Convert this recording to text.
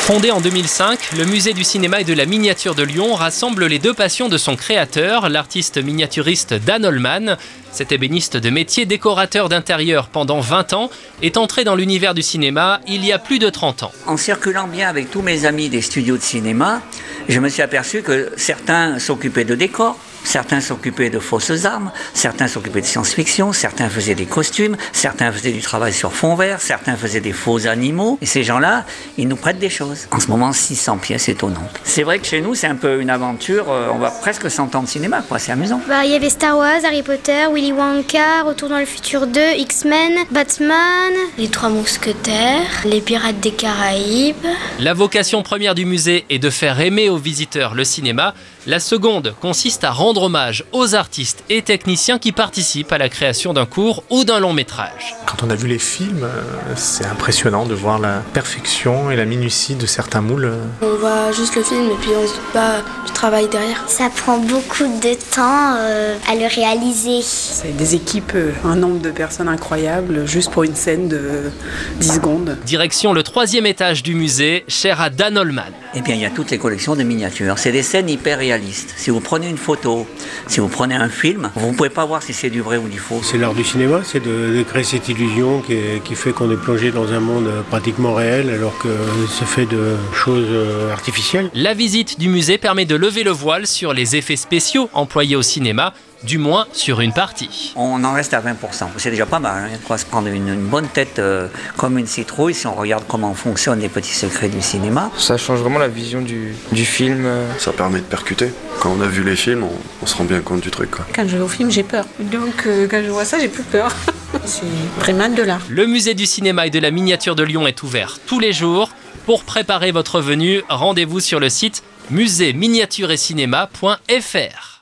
Fondé en 2005, le musée du cinéma et de la miniature de Lyon rassemble les deux passions de son créateur, l'artiste miniaturiste Dan Holman. Cet ébéniste de métier, décorateur d'intérieur pendant 20 ans, est entré dans l'univers du cinéma il y a plus de 30 ans. En circulant bien avec tous mes amis des studios de cinéma, je me suis aperçu que certains s'occupaient de décors, certains s'occupaient de fausses armes, certains s'occupaient de science-fiction, certains faisaient des costumes, certains faisaient du travail sur fond vert, certains faisaient des faux animaux. Et ces gens-là, ils nous prêtent des choses. En ce moment, 600 pièces étonnantes. C'est vrai que chez nous, c'est un peu une aventure. On va presque 100 ans de cinéma, quoi. C'est amusant. Il y avait Star Wars, Harry Potter, Willy Wonka, Retour dans le futur 2, X-Men, Batman, Les Trois Mousquetaires, Les Pirates des Caraïbes. La vocation première du musée est de faire aimer aux visiteurs le cinéma. La seconde consiste à rendre hommage aux artistes et techniciens qui participent à la création d'un court ou d'un long métrage. Quand on a vu les films, c'est impressionnant de voir la perfection et la minutie de certains moules. On voit juste le film et puis on se doute pas du travail derrière. Ça prend beaucoup de temps à le réaliser. C'est des équipes, un nombre de personnes incroyables, juste pour une scène de 10 secondes. Direction le 3e étage du musée, cher à Dan Holman. Eh bien, il y a toutes les collections de miniatures. C'est des scènes hyper réalistes. Si vous prenez une photo, si vous prenez un film, vous ne pouvez pas voir si c'est du vrai ou du faux. C'est l'art du cinéma, c'est de créer cette illusion qui fait qu'on est plongé dans un monde pratiquement réel alors que c'est fait de choses artificielles. La visite du musée permet de lever le voile sur les effets spéciaux employés au cinéma, du moins sur une partie. On en reste à 20%. C'est déjà pas mal. Il y a de quoi se prendre une bonne tête comme une citrouille si on regarde comment fonctionnent les petits secrets du cinéma. Ça change vraiment la vision du film. Ça permet de percuter. Quand on a vu les films, on se rend bien compte du truc, quoi. Quand je vais au film, j'ai peur. Donc quand je vois ça, j'ai plus peur. C'est vraiment de l'art. Le musée du cinéma et de la miniature de Lyon est ouvert tous les jours. Pour préparer votre venue, rendez-vous sur le site musée-miniature-et-cinéma.fr.